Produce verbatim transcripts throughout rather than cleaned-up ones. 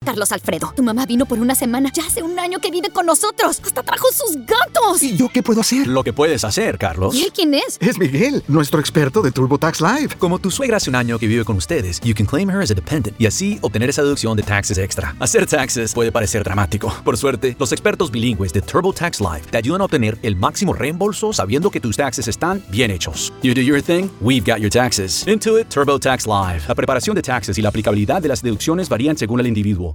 Carlos Alfredo, tu mamá vino por una semana. Ya hace un año que vive con nosotros. Hasta trajo sus gatos. ¿Y yo qué puedo hacer? Lo que puedes hacer, Carlos. ¿Y él quién es? Es Miguel, nuestro experto de TurboTax Live. Como tu suegra hace un año que vive con ustedes, you can claim her as a dependent y así obtener esa deducción de taxes extra. Hacer taxes puede parecer dramático. Por suerte, los expertos bilingües de TurboTax Live te ayudan a obtener el máximo reembolso sabiendo que tus taxes están bien hechos. You do your thing, we've got your taxes. Intuit TurboTax Live. La preparación de taxes y la aplicabilidad de las deducciones varían según el individuo.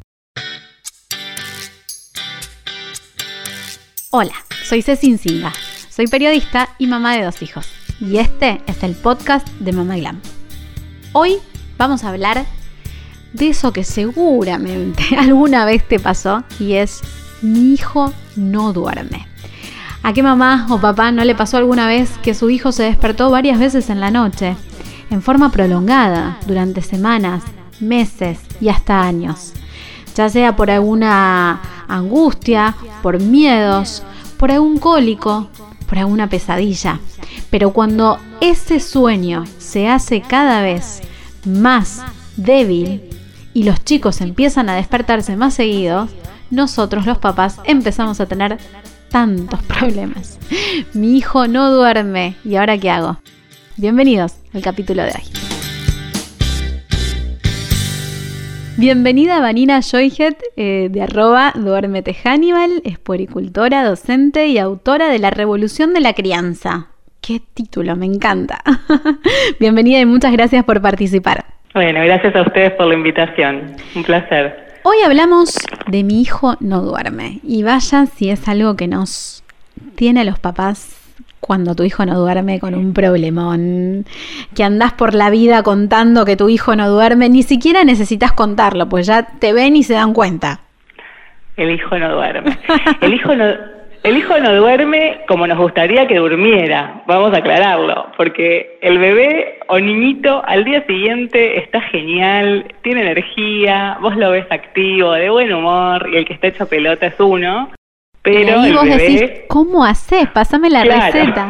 Hola, soy Ceci Nzinga, soy periodista y mamá de dos hijos, y este es el podcast de Mamá Glam. Hoy vamos a hablar de eso que seguramente alguna vez te pasó, y es mi hijo no duerme. ¿A qué mamá o papá no le pasó alguna vez que su hijo se despertó varias veces en la noche, en forma prolongada, durante semanas, meses y hasta años? Ya sea por alguna angustia, por miedos, por algún cólico, por alguna pesadilla. Pero cuando ese sueño se hace cada vez más débil y los chicos empiezan a despertarse más seguidos, nosotros los papás empezamos a tener tantos problemas. Mi hijo no duerme, ¿y ahora qué hago? Bienvenidos al capítulo de hoy. Bienvenida Vanina Joyhet, eh, de arroba Duérmete Hannibal, es puericultora, docente y autora de La Revolución de la Crianza. ¡Qué título! Me encanta. Bienvenida y muchas gracias por participar. Bueno, gracias a ustedes por la invitación. Un placer. Hoy hablamos de Mi hijo no duerme. Y vaya si es algo que nos tiene a los papás cuando tu hijo no duerme con un problemón, que andás por la vida contando que tu hijo no duerme, ni siquiera necesitas contarlo, pues ya te ven y se dan cuenta. El hijo no duerme. El hijo no, el hijo no duerme como nos gustaría que durmiera, vamos a aclararlo, porque el bebé o niñito al día siguiente está genial, tiene energía, vos lo ves activo, de buen humor, y el que está hecho pelota es uno. Pero y ahí el vos bebé, decís, ¿cómo hacés? Pásame la claro. receta.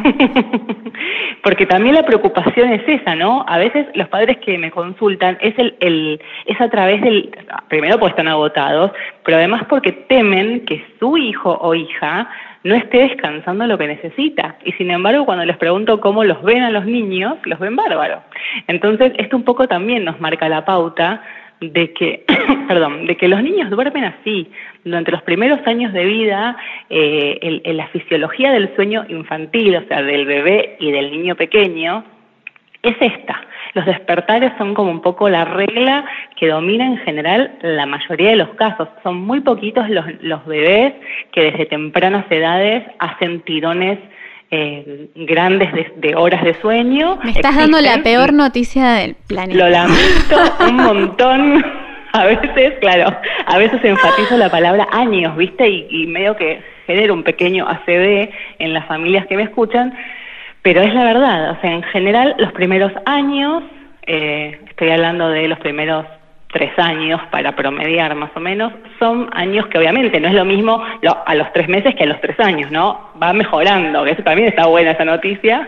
Porque también la preocupación es esa, ¿no? A veces los padres que me consultan es el, el es a través del... Primero porque están agotados, pero además porque temen que su hijo o hija no esté descansando lo que necesita. Y sin embargo, cuando les pregunto cómo los ven a los niños, los ven bárbaro. Entonces, esto un poco también nos marca la pauta de que, perdón, de que los niños duermen así. Durante los primeros años de vida, eh, el, el, la fisiología del sueño infantil, o sea, del bebé y del niño pequeño, es esta. Los despertares son como un poco la regla que domina en general la mayoría de los casos. Son muy poquitos los, los bebés que desde tempranas edades hacen tirones Eh, grandes de, de horas de sueño. Me estás dando la peor noticia del planeta. Lo lamento un montón. A veces, claro, a veces enfatizo la palabra años, ¿viste? Y, y medio que genero un pequeño A C V en las familias que me escuchan, pero es la verdad. O sea, en general, los primeros años, eh, estoy hablando de los primeros tres años para promediar más o menos, son años que obviamente no es lo mismo lo, a los tres meses que a los tres años, ¿no? Va mejorando, que eso también está buena esa noticia.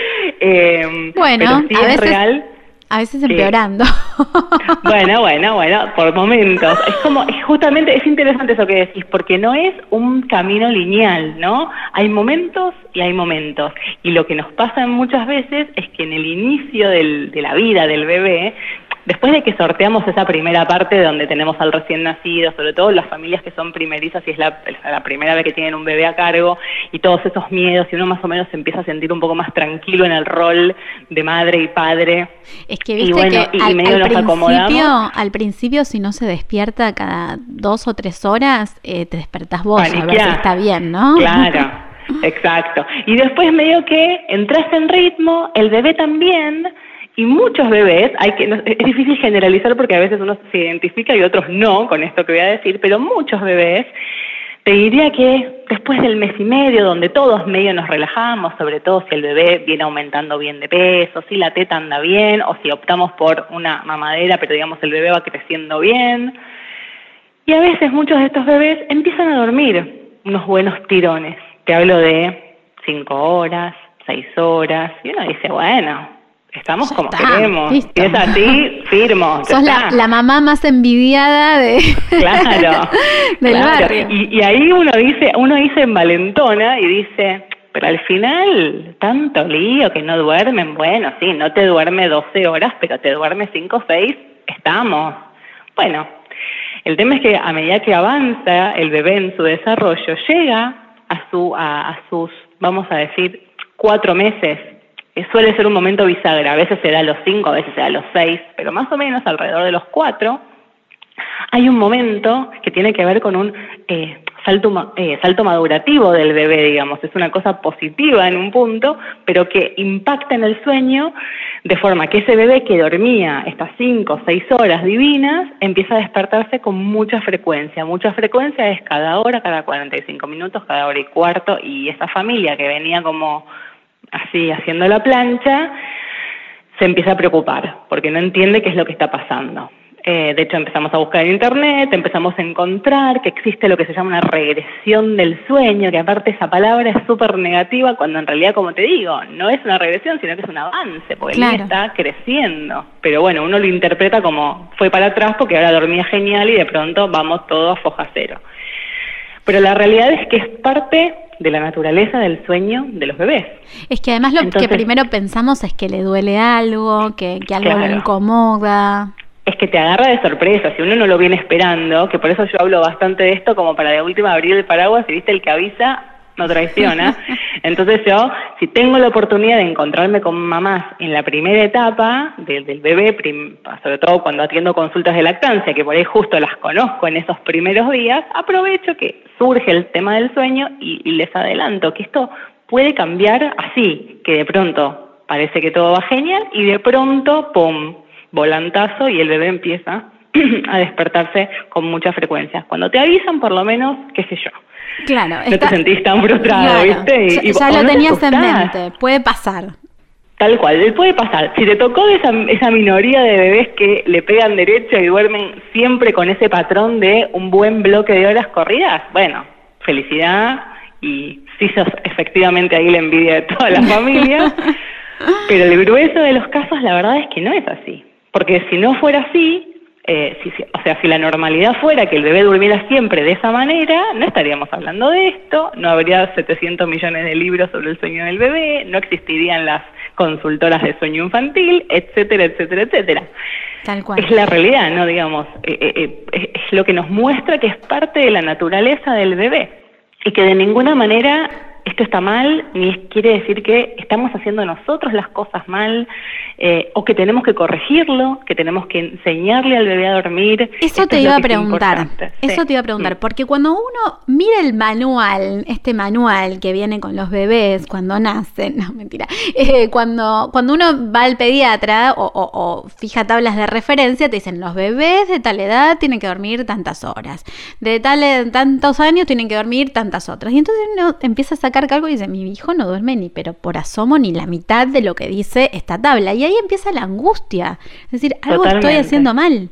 eh, bueno, pero sí a es veces, real. A veces empeorando. Bueno, bueno, bueno, por momentos. Es como, es justamente, es interesante eso que decís, porque no es un camino lineal, ¿no? Hay momentos y hay momentos. Y lo que nos pasa muchas veces es que en el inicio del, de la vida del bebé, después de que sorteamos esa primera parte donde tenemos al recién nacido, sobre todo las familias que son primerizas y es la, la primera vez que tienen un bebé a cargo y todos esos miedos, y uno más o menos se empieza a sentir un poco más tranquilo en el rol de madre y padre. Es que viste y bueno, que y, al, y medio al, nos principio, acomodamos. al principio si no se despierta cada dos o tres horas, eh, te despertás vos Paniquear. A ver si está bien, ¿no? Claro. Exacto. Y después medio que entraste en ritmo, el bebé también. Y muchos bebés, hay que, es difícil generalizar porque a veces uno se identifica y otros no con esto que voy a decir, pero muchos bebés, te diría que después del mes y medio, donde todos medio nos relajamos, sobre todo si el bebé viene aumentando bien de peso, si la teta anda bien, o si optamos por una mamadera, pero digamos el bebé va creciendo bien. Y a veces muchos de estos bebés empiezan a dormir unos buenos tirones. Te hablo de cinco horas, seis horas, y uno dice, bueno, estamos Ya como está, queremos. listo. Si es así, firmo. Sos la, la mamá más envidiada de Claro, del claro. barrio. Y, y ahí uno dice, uno dice envalentona y dice, pero al final, tanto lío que no duermen, bueno, sí, no te duerme doce horas, pero te duerme cinco o seis, estamos. Bueno, el tema es que a medida que avanza el bebé en su desarrollo, llega a, su, a, a sus, vamos a decir, cuatro meses. Eh, suele ser un momento bisagra, a veces se da a los cinco, a veces se da a los seis, pero más o menos alrededor de los cuatro, hay un momento que tiene que ver con un eh, salto, eh, salto madurativo del bebé, digamos. Es una cosa positiva en un punto, pero que impacta en el sueño de forma que ese bebé que dormía estas cinco o seis horas divinas empieza a despertarse con mucha frecuencia. Mucha frecuencia es cada hora, cada cuarenta y cinco minutos, cada hora y cuarto, y esa familia que venía como así haciendo la plancha se empieza a preocupar porque no entiende qué es lo que está pasando. Eh, de hecho, empezamos a buscar en internet, empezamos a encontrar que existe lo que se llama una regresión del sueño, que aparte esa palabra es súper negativa, cuando en realidad, como te digo, no es una regresión, sino que es un avance, porque Claro. el niño está creciendo. Pero bueno, uno lo interpreta como fue para atrás porque ahora dormía genial y de pronto vamos todos a foja cero. Pero la realidad es que es parte de la naturaleza del sueño de los bebés. Es que además lo Entonces, que primero pensamos es que le duele algo, que, que algo Claro. lo incomoda. Es que te agarra de sorpresa, si uno no lo viene esperando, que por eso yo hablo bastante de esto, como para de última abrir el paraguas, y viste, el que avisa no traiciona. Entonces yo, si tengo la oportunidad de encontrarme con mamás en la primera etapa de, del bebé, prim, sobre todo cuando atiendo consultas de lactancia, que por ahí justo las conozco en esos primeros días, aprovecho que surge el tema del sueño y, y les adelanto que esto puede cambiar así, que de pronto parece que todo va genial y de pronto, ¡pum!, volantazo y el bebé empieza a despertarse con mucha frecuencia. Cuando te avisan, por lo menos, qué sé yo, Claro. no te sentís tan frustrado, Claro, ¿viste? Y, ya y, ya o lo no te tenías en asustás. mente, puede pasar. Tal cual, puede pasar. Si te tocó de esa, esa minoría de bebés que le pegan derecho y duermen siempre con ese patrón de un buen bloque de horas corridas, bueno, felicidad, y sí sos efectivamente ahí la envidia de toda la familia, pero el grueso de los casos la verdad es que no es así. Porque si no fuera así, eh, si, si, o sea, si la normalidad fuera que el bebé durmiera siempre de esa manera, no estaríamos hablando de esto, no habría setecientos millones de libros sobre el sueño del bebé, no existirían las consultoras de sueño infantil, etcétera, etcétera, etcétera. Tal cual. Es la realidad, ¿no? Digamos, eh, eh, eh, es lo que nos muestra que es parte de la naturaleza del bebé y que de ninguna manera esto está mal, ni quiere decir que estamos haciendo nosotros las cosas mal, eh, o que tenemos que corregirlo, que tenemos que enseñarle al bebé a dormir. Eso Esto te es iba lo a que es preguntar, importante. eso Sí. te iba a preguntar, Mm. porque cuando uno mira el manual, este manual que viene con los bebés cuando nacen, no, mentira, eh, cuando, cuando uno va al pediatra o, o, o fija tablas de referencia, te dicen los bebés de tal edad tienen que dormir tantas horas, de tal tantos años tienen que dormir tantas otras, y entonces uno empieza a sacar cálculo y dice, mi hijo no duerme ni pero por asomo ni la mitad de lo que dice esta tabla, y ahí empieza la angustia, es decir, algo Totalmente. estoy haciendo mal.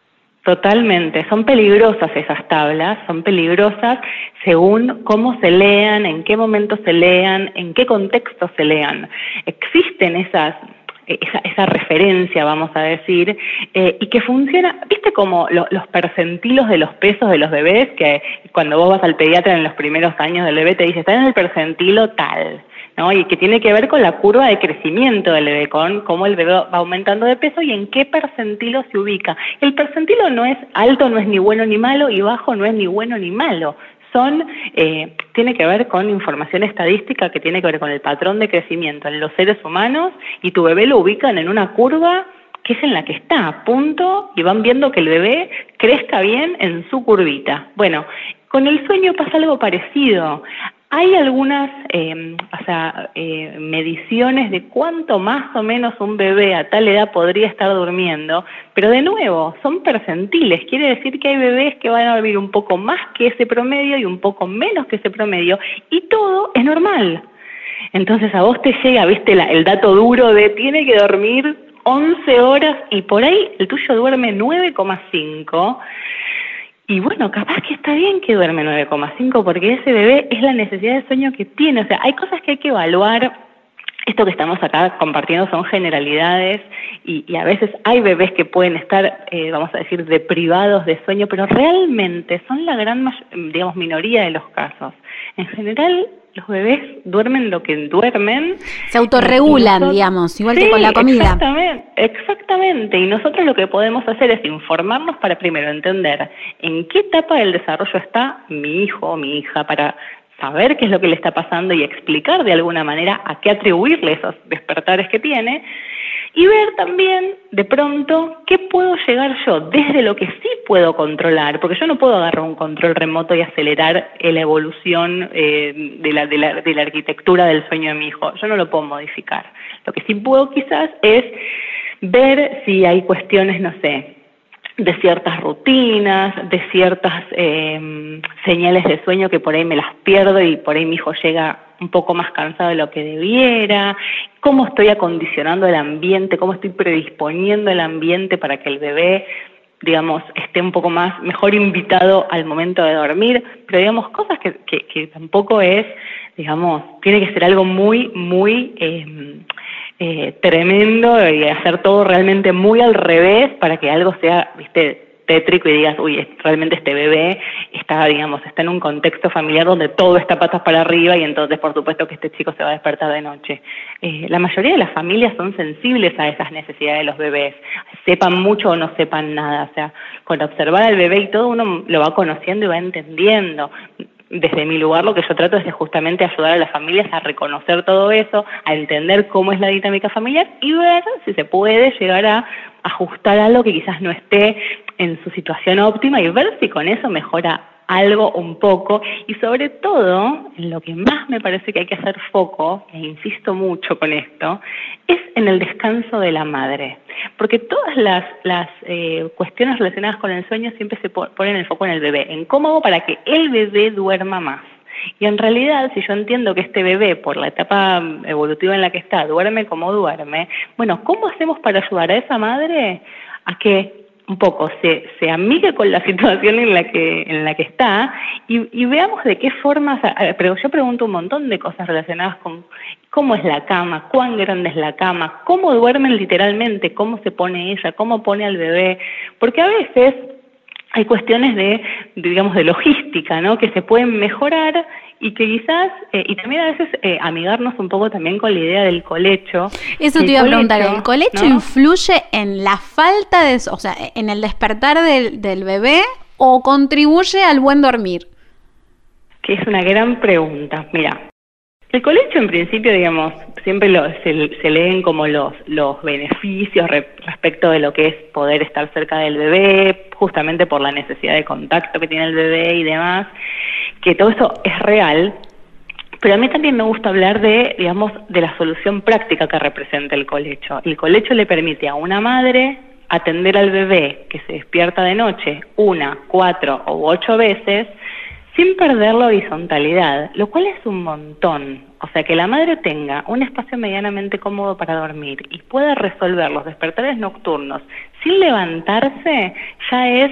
Totalmente, son peligrosas esas tablas, son peligrosas según cómo se lean, en qué momento se lean, en qué contexto se lean. Existen esas, esa, esa referencia, vamos a decir, eh, y que funciona, viste como lo, los percentilos de los pesos de los bebés, que cuando vos vas al pediatra en los primeros años del bebé te dice, está en el percentilo tal, ¿no? Y que tiene que ver con la curva de crecimiento del bebé, con cómo el bebé va aumentando de peso y en qué percentilo se ubica. El percentilo no es alto, no es ni bueno ni malo, y bajo no es ni bueno ni malo. Son, eh, tiene que ver con información estadística que tiene que ver con el patrón de crecimiento en los seres humanos, y tu bebé lo ubican en una curva que es en la que está, punto, y van viendo que el bebé crezca bien en su curvita. Bueno, con el sueño pasa algo parecido. Hay algunas eh, o sea, eh, mediciones de cuánto más o menos un bebé a tal edad podría estar durmiendo, pero de nuevo, son percentiles, quiere decir que hay bebés que van a dormir un poco más que ese promedio y un poco menos que ese promedio, y todo es normal. Entonces a vos te llega, viste, la, el dato duro de tiene que dormir once horas y por ahí el tuyo duerme nueve coma cinco. Y bueno, capaz que está bien que duerme nueve coma cinco porque ese bebé es la necesidad de sueño que tiene. O sea, hay cosas que hay que evaluar esto que estamos acá compartiendo son generalidades y, y a veces hay bebés que pueden estar, eh, vamos a decir, deprivados de sueño, pero realmente son la gran, digamos, minoría de los casos. En general, los bebés duermen lo que duermen. Se autorregulan, nosotros, digamos, igual sí, que con la comida. Exactamente, exactamente. Y nosotros lo que podemos hacer es informarnos para primero entender en qué etapa del desarrollo está mi hijo o mi hija, para saber qué es lo que le está pasando y explicar de alguna manera a qué atribuirle esos despertares que tiene, y ver también, de pronto, qué puedo llegar yo desde lo que sí puedo controlar, porque yo no puedo agarrar un control remoto y acelerar la evolución eh, de, la, de, la, de la arquitectura del sueño de mi hijo. Yo no lo puedo modificar. Lo que sí puedo quizás es ver si hay cuestiones, no sé, de ciertas rutinas, de ciertas eh, señales de sueño que por ahí me las pierdo y por ahí mi hijo llega un poco más cansado de lo que debiera, cómo estoy acondicionando el ambiente, cómo estoy predisponiendo el ambiente para que el bebé, digamos, esté un poco más, mejor invitado al momento de dormir, pero digamos, cosas que, que, que tampoco es, digamos, tiene que ser algo muy, muy eh, eh, tremendo y hacer todo realmente muy al revés para que algo sea, viste, tétrico y digas, uy, realmente este bebé está, digamos, está en un contexto familiar donde todo está patas para arriba y entonces por supuesto que este chico se va a despertar de noche. Eh, la mayoría de las familias son sensibles a esas necesidades de los bebés, sepan mucho o no sepan nada, o sea, con observar al bebé y todo uno lo va conociendo y va entendiendo. Desde mi lugar lo que yo trato es justamente ayudar a las familias a reconocer todo eso, a entender cómo es la dinámica familiar y ver si se puede llegar a ajustar algo que quizás no esté en su situación óptima y ver si con eso mejora algo un poco, y sobre todo, en lo que más me parece que hay que hacer foco, e insisto mucho con esto, es en el descanso de la madre. Porque todas las, las eh, cuestiones relacionadas con el sueño siempre se ponen el foco en el bebé, en cómo hago para que el bebé duerma más. Y en realidad, si yo entiendo que este bebé, por la etapa evolutiva en la que está, duerme como duerme, bueno, ¿cómo hacemos para ayudar a esa madre a que un poco se, se amigue con la situación en la que en la que está y, y veamos de qué forma, pero yo pregunto un montón de cosas relacionadas con cómo es la cama, cuán grande es la cama, cómo duermen literalmente, cómo se pone ella, cómo pone al bebé, porque a veces hay cuestiones de, digamos, de logística, ¿no?, que se pueden mejorar y que quizás, eh, y también a veces eh, amigarnos un poco también con la idea del colecho. Eso te iba a preguntar, ¿el colecho ¿no? influye en la falta de, o sea, en el despertar del, del bebé o contribuye al buen dormir? Que es una gran pregunta. Mira, el colecho en principio, digamos, siempre lo, se, se leen como los, los beneficios re, respecto de lo que es poder estar cerca del bebé, justamente por la necesidad de contacto que tiene el bebé y demás, que todo eso es real, pero a mí también me gusta hablar de, digamos, de la solución práctica que representa el colecho. El colecho le permite a una madre atender al bebé que se despierta de noche una, cuatro o ocho veces, sin perder la horizontalidad, lo cual es un montón. O sea, que la madre tenga un espacio medianamente cómodo para dormir y pueda resolver los despertares nocturnos sin levantarse, ya es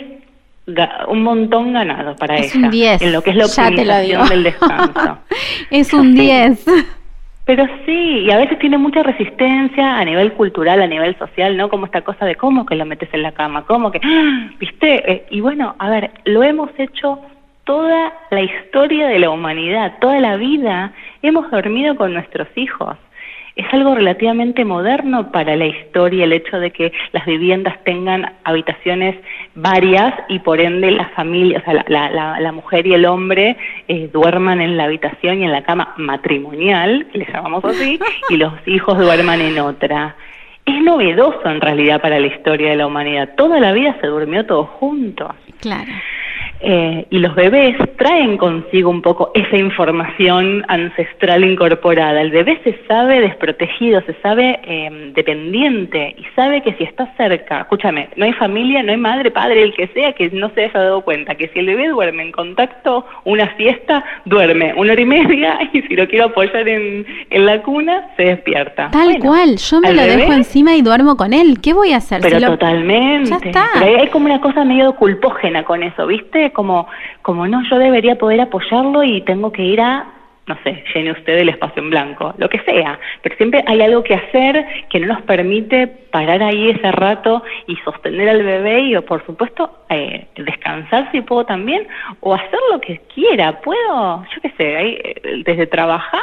un montón ganado para es ella. Un diez. En lo que es la optimización del descanso. Es un diez. Pero sí, y a veces tiene mucha resistencia a nivel cultural, a nivel social, ¿no? Como esta cosa de cómo que lo metes en la cama, cómo que, ¿viste? Eh, y bueno, a ver, lo hemos hecho toda la historia de la humanidad, toda la vida hemos dormido con nuestros hijos. Es algo relativamente moderno para la historia el hecho de que las viviendas tengan habitaciones varias y por ende la familia, o sea, la, la, la, la mujer y el hombre eh, duerman en la habitación y en la cama matrimonial, que le llamamos así, y los hijos duerman en otra. Es novedoso en realidad para la historia de la humanidad. Toda la vida se durmió todos juntos. Claro. Eh, y los bebés traen consigo un poco esa información ancestral incorporada. El bebé se sabe desprotegido, se sabe eh, dependiente y sabe que si está cerca, escúchame, no hay familia, no hay madre, padre, el que sea, que no se haya dado cuenta que si el bebé duerme en contacto, una siesta, duerme una hora y media y si lo quiero apoyar en, en la cuna, se despierta. Tal bueno, cual, yo me lo bebé, dejo encima y duermo con él. ¿Qué voy a hacer? Pero si lo... totalmente. Ya está. Pero hay, hay como una cosa medio culpógena con eso, ¿viste? Como, como no, yo debería poder apoyarlo y tengo que ir a no sé, llene usted el espacio en blanco, lo que sea, pero siempre hay algo que hacer que no nos permite parar ahí ese rato y sostener al bebé y, por supuesto, eh, descansar si puedo también, o hacer lo que quiera. Puedo, yo qué sé, ahí, desde trabajar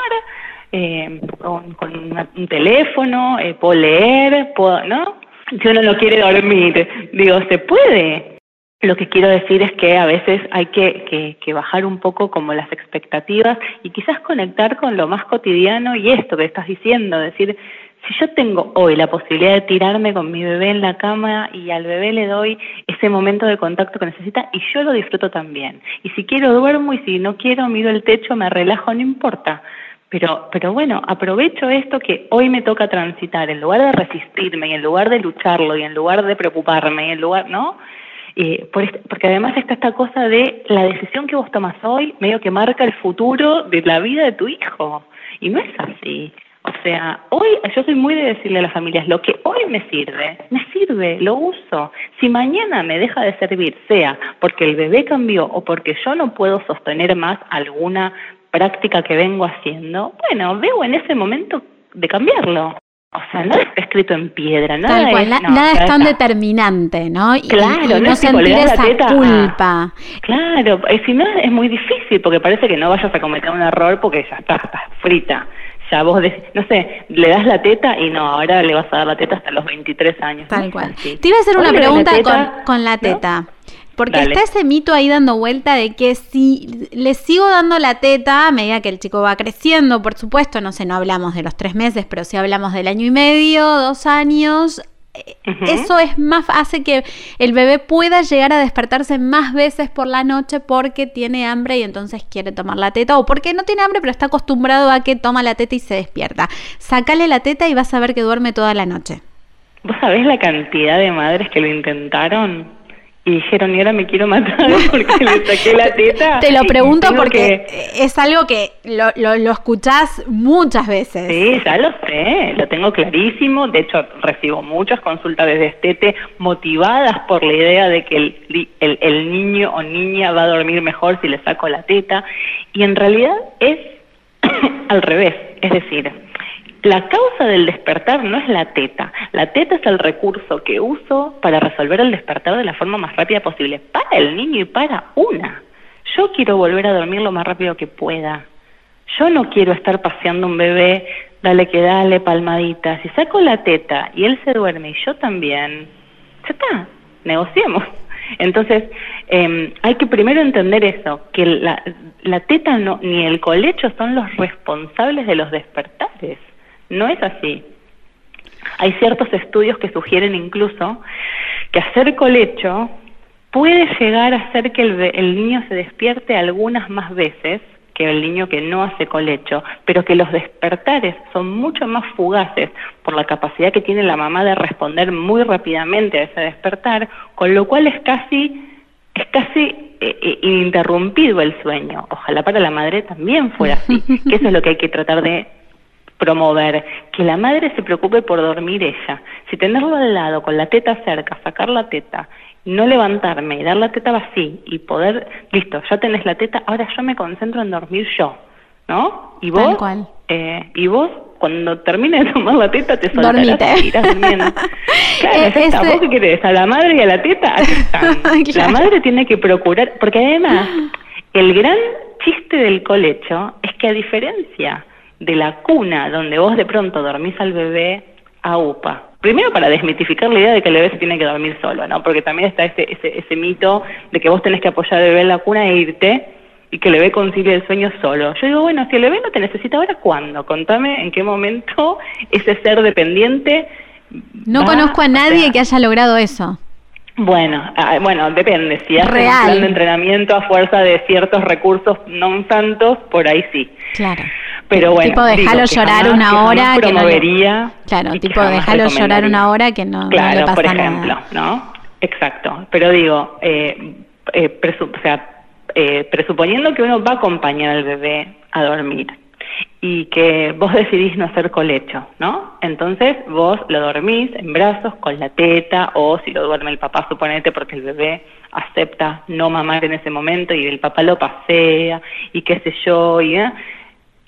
eh, con, con una, un teléfono, eh, puedo leer, puedo, ¿no? Si uno no quiere dormir, digo, se puede. Lo que quiero decir es que a veces hay que, que, que bajar un poco como las expectativas y quizás conectar con lo más cotidiano y esto que estás diciendo, decir, si yo tengo hoy la posibilidad de tirarme con mi bebé en la cama y al bebé le doy ese momento de contacto que necesita y yo lo disfruto también. Y si quiero duermo y si no quiero miro el techo, me relajo, no importa. Pero, pero bueno, aprovecho esto que hoy me toca transitar, en lugar de resistirme y en lugar de lucharlo y en lugar de preocuparme y en lugar, ¿no? Eh, por este, porque además está esta cosa de la decisión que vos tomás hoy medio que marca el futuro de la vida de tu hijo, y no es así. O sea, hoy yo soy muy de decirle a las familias, lo que hoy me sirve, me sirve, lo uso. Si mañana me deja de servir, sea porque el bebé cambió o porque yo no puedo sostener más alguna práctica que vengo haciendo, bueno, veo en ese momento de cambiarlo. O sea, nada está escrito en piedra, nada Tal cual, es, na- no, nada es tan está. determinante, ¿no? Y, Claro, y no no es tipo, le sentir das la esa teta a- culpa. Claro, eh, si no es muy difícil porque parece que no vayas a cometer un error porque ya está, está frita. Ya vos, de, no sé, le das la teta y no, ahora le vas a dar la teta hasta los veintitrés años. Tal ¿no? cual. Así. Te iba a hacer Hoy una le das la pregunta teta, con, con la ¿no? teta. Porque Dale. está ese mito ahí dando vuelta de que si le sigo dando la teta a medida que el chico va creciendo, por supuesto, no sé, no hablamos de los tres meses, pero sí hablamos del año y medio, dos años, Uh-huh. eso es más, hace que el bebé pueda llegar a despertarse más veces por la noche porque tiene hambre y entonces quiere tomar la teta, o porque no tiene hambre pero está acostumbrado a que toma la teta y se despierta. Sácale la teta y vas a ver que duerme toda la noche. ¿Vos sabés la cantidad de madres que lo intentaron? Y dijeron, y ahora me quiero matar porque le saqué la teta. Te lo pregunto Tengo porque que... es algo que lo, lo, lo escuchás muchas veces. Sí, ya lo sé, lo tengo clarísimo. De hecho, recibo muchas consultas desde Estete motivadas por la idea de que el, el, el niño o niña va a dormir mejor si le saco la teta. Y en realidad es al revés, es decir, la causa del despertar no es la teta. La teta es el recurso que uso para resolver el despertar de la forma más rápida posible. Para el niño y para una. Yo quiero volver a dormir lo más rápido que pueda. Yo no quiero estar paseando un bebé, dale que dale, palmadita. Si saco la teta y él se duerme y yo también, ya está, negociemos. Entonces, eh, hay que primero entender eso, que la, la teta no, ni el colecho son los responsables de los despertares. No es así. Hay ciertos estudios que sugieren incluso que hacer colecho puede llegar a hacer que el, el niño se despierte algunas más veces que el niño que no hace colecho, pero que los despertares son mucho más fugaces por la capacidad que tiene la mamá de responder muy rápidamente a ese despertar, con lo cual es casi, es casi eh, ininterrumpido el sueño. Ojalá para la madre también fuera así, que eso es lo que hay que tratar de promover, que la madre se preocupe por dormir ella. Si tenerlo al lado, con la teta cerca, sacar la teta, no levantarme y dar la teta vacía y poder, listo, ya tenés la teta, ahora yo me concentro en dormir yo, ¿no? Y vos, Tal cual. Eh, y vos cuando termines de tomar la teta te soltarás Dormite. y irás durmiendo. Claro, Eh, ya está. ese- ¿Vos qué querés? A la madre y a la teta, aquí están. Claro. La madre tiene que procurar, porque además el gran chiste del colecho es que a diferencia de la cuna donde vos de pronto dormís al bebé a UPA. Primero para desmitificar la idea de que el bebé se tiene que dormir solo, ¿no? Porque también está ese, ese, ese mito de que vos tenés que apoyar al bebé en la cuna e irte y que el bebé concilie el sueño solo. Yo digo, bueno, si el bebé no te necesita ahora, ¿cuándo? Contame en qué momento ese ser dependiente No va, conozco a o nadie sea, que haya logrado eso. Bueno, ah, bueno, depende. Si haces un Real. plan de entrenamiento a fuerza de ciertos recursos no tantos, por ahí sí. Claro. Pero bueno, tipo dejarlo digo que llorar jamás- una que hora jamás que no le- promovería Claro, y que tipo jamás dejarlo llorar recomendaría. una hora que no, no Claro, le pasa por ejemplo, nada. ¿no? Exacto. Pero digo, eh, eh, presu- o sea, eh, presuponiendo que uno va a acompañar al bebé a dormir y que vos decidís no hacer colecho, ¿no? Entonces vos lo dormís en brazos con la teta, o si lo duerme el papá, suponete, porque el bebé acepta no mamar en ese momento y el papá lo pasea y qué sé yo, y ¿eh?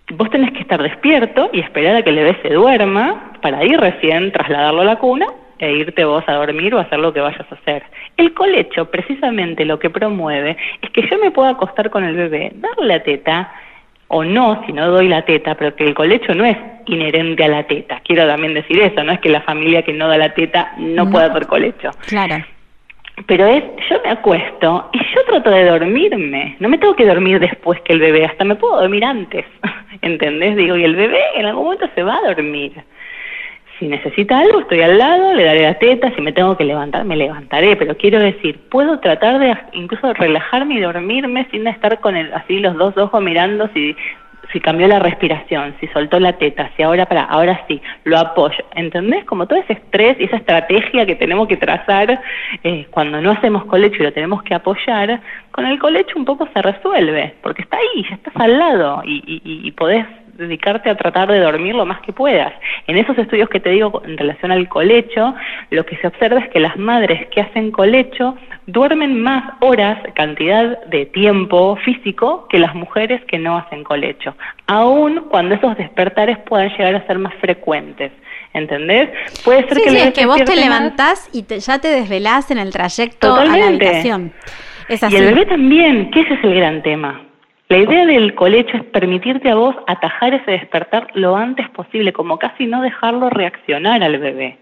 vos tenés que estar despierto y esperar a que el bebé se duerma para ahí recién trasladarlo a la cuna e irte vos a dormir o a hacer lo que vayas a hacer. El colecho, precisamente lo que promueve, es que yo me pueda acostar con el bebé, darle la teta, o no, si no doy la teta, pero que el colecho no es inherente a la teta. Quiero también decir eso, no es que la familia que no da la teta no, no. pueda hacer colecho. Claro. Pero es, yo me acuesto y yo trato de dormirme. No me tengo que dormir después que el bebé, hasta me puedo dormir antes. ¿Entendés? Digo, y el bebé en algún momento se va a dormir. Si necesita algo, estoy al lado, le daré la teta, si me tengo que levantar, me levantaré, pero quiero decir, puedo tratar de incluso relajarme y dormirme sin estar con el, así los dos ojos mirando si, si cambió la respiración, si soltó la teta, si ahora para, ahora sí, lo apoyo, ¿entendés? Como todo ese estrés y esa estrategia que tenemos que trazar eh, cuando no hacemos colecho y lo tenemos que apoyar, con el colecho un poco se resuelve, porque está ahí, ya estás al lado y, y, y podés dedicarte a tratar de dormir lo más que puedas. En esos estudios que te digo en relación al colecho, lo que se observa es que las madres que hacen colecho duermen más horas, cantidad de tiempo físico, que las mujeres que no hacen colecho, aun cuando esos despertares puedan llegar a ser más frecuentes. ¿Entendés? Puede ser sí, que, sí, le es que vos te más... levantás y te, ya te desvelás en el trayecto Totalmente. a la habitación. Es así. Y el bebé también, que ese es el gran tema. La idea del colecho es permitirte a vos atajar ese despertar lo antes posible, como casi no dejarlo reaccionar al bebé.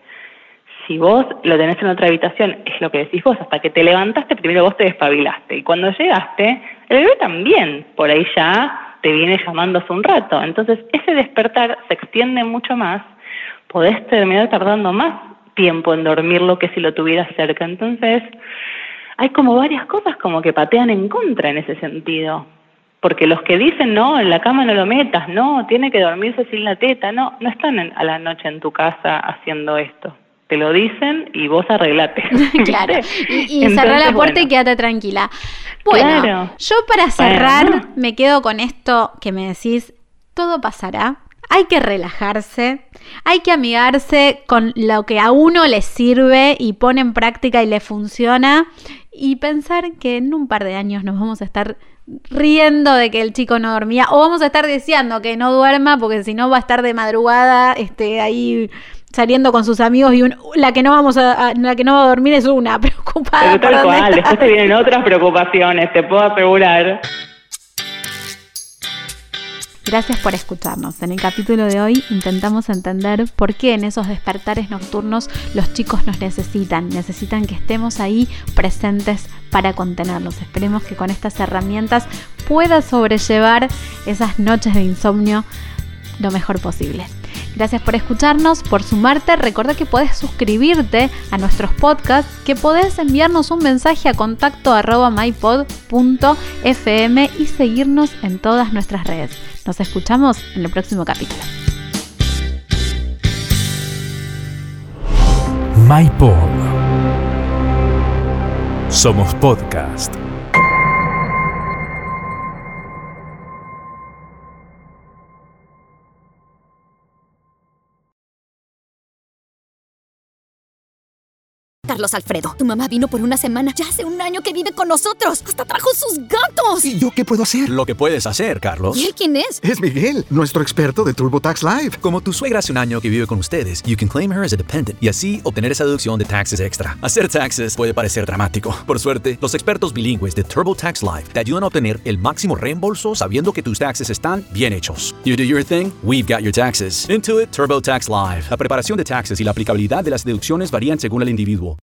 Si vos lo tenés en otra habitación, es lo que decís vos, hasta que te levantaste, primero vos te despabilaste. Y cuando llegaste, el bebé también, por ahí ya te viene llamando hace un rato. Entonces, ese despertar se extiende mucho más, podés terminar tardando más tiempo en dormirlo que si lo tuvieras cerca. Entonces, hay como varias cosas como que patean en contra en ese sentido. Porque los que dicen, no, en la cama no lo metas, no, tiene que dormirse sin la teta, no, no están en, a la noche en tu casa haciendo esto. Te lo dicen y vos arreglate. Claro, y, y cerrá la puerta bueno. y quédate tranquila. Bueno, claro. Yo para cerrar bueno. me quedo con esto que me decís, todo pasará. Hay que relajarse, hay que amigarse con lo que a uno le sirve y pone en práctica y le funciona y pensar que en un par de años nos vamos a estar riendo de que el chico no dormía o vamos a estar deseando que no duerma porque si no va a estar de madrugada este, ahí saliendo con sus amigos y un, la que no vamos a, a la que no va a dormir es una preocupada. Pero tal cual, después te vienen otras preocupaciones, te puedo asegurar. Gracias por escucharnos. En el capítulo de hoy intentamos entender por qué en esos despertares nocturnos los chicos nos necesitan, necesitan que estemos ahí presentes para contenerlos. Esperemos que con estas herramientas puedas sobrellevar esas noches de insomnio lo mejor posible. Gracias por escucharnos, por sumarte. Recuerda que podés suscribirte a nuestros podcasts, que podés enviarnos un mensaje a contacto arroba mypod punto fm y seguirnos en todas nuestras redes. Nos escuchamos en el próximo capítulo. MyPod. Somos podcast. Carlos Alfredo, tu mamá vino por una semana. Ya hace un año que vive con nosotros. Hasta trajo sus gatos. ¿Y yo qué puedo hacer? Lo que puedes hacer, Carlos. ¿Y él quién es? Es Miguel, nuestro experto de TurboTax Live. Como tu suegra hace un año que vive con ustedes, you can claim her as a dependent y así obtener esa deducción de taxes extra. Hacer taxes puede parecer dramático. Por suerte, los expertos bilingües de TurboTax Live te ayudan a obtener el máximo reembolso sabiendo que tus taxes están bien hechos. You do your thing, we've got your taxes. Intuit TurboTax Live. La preparación de taxes y la aplicabilidad de las deducciones varían según el individuo.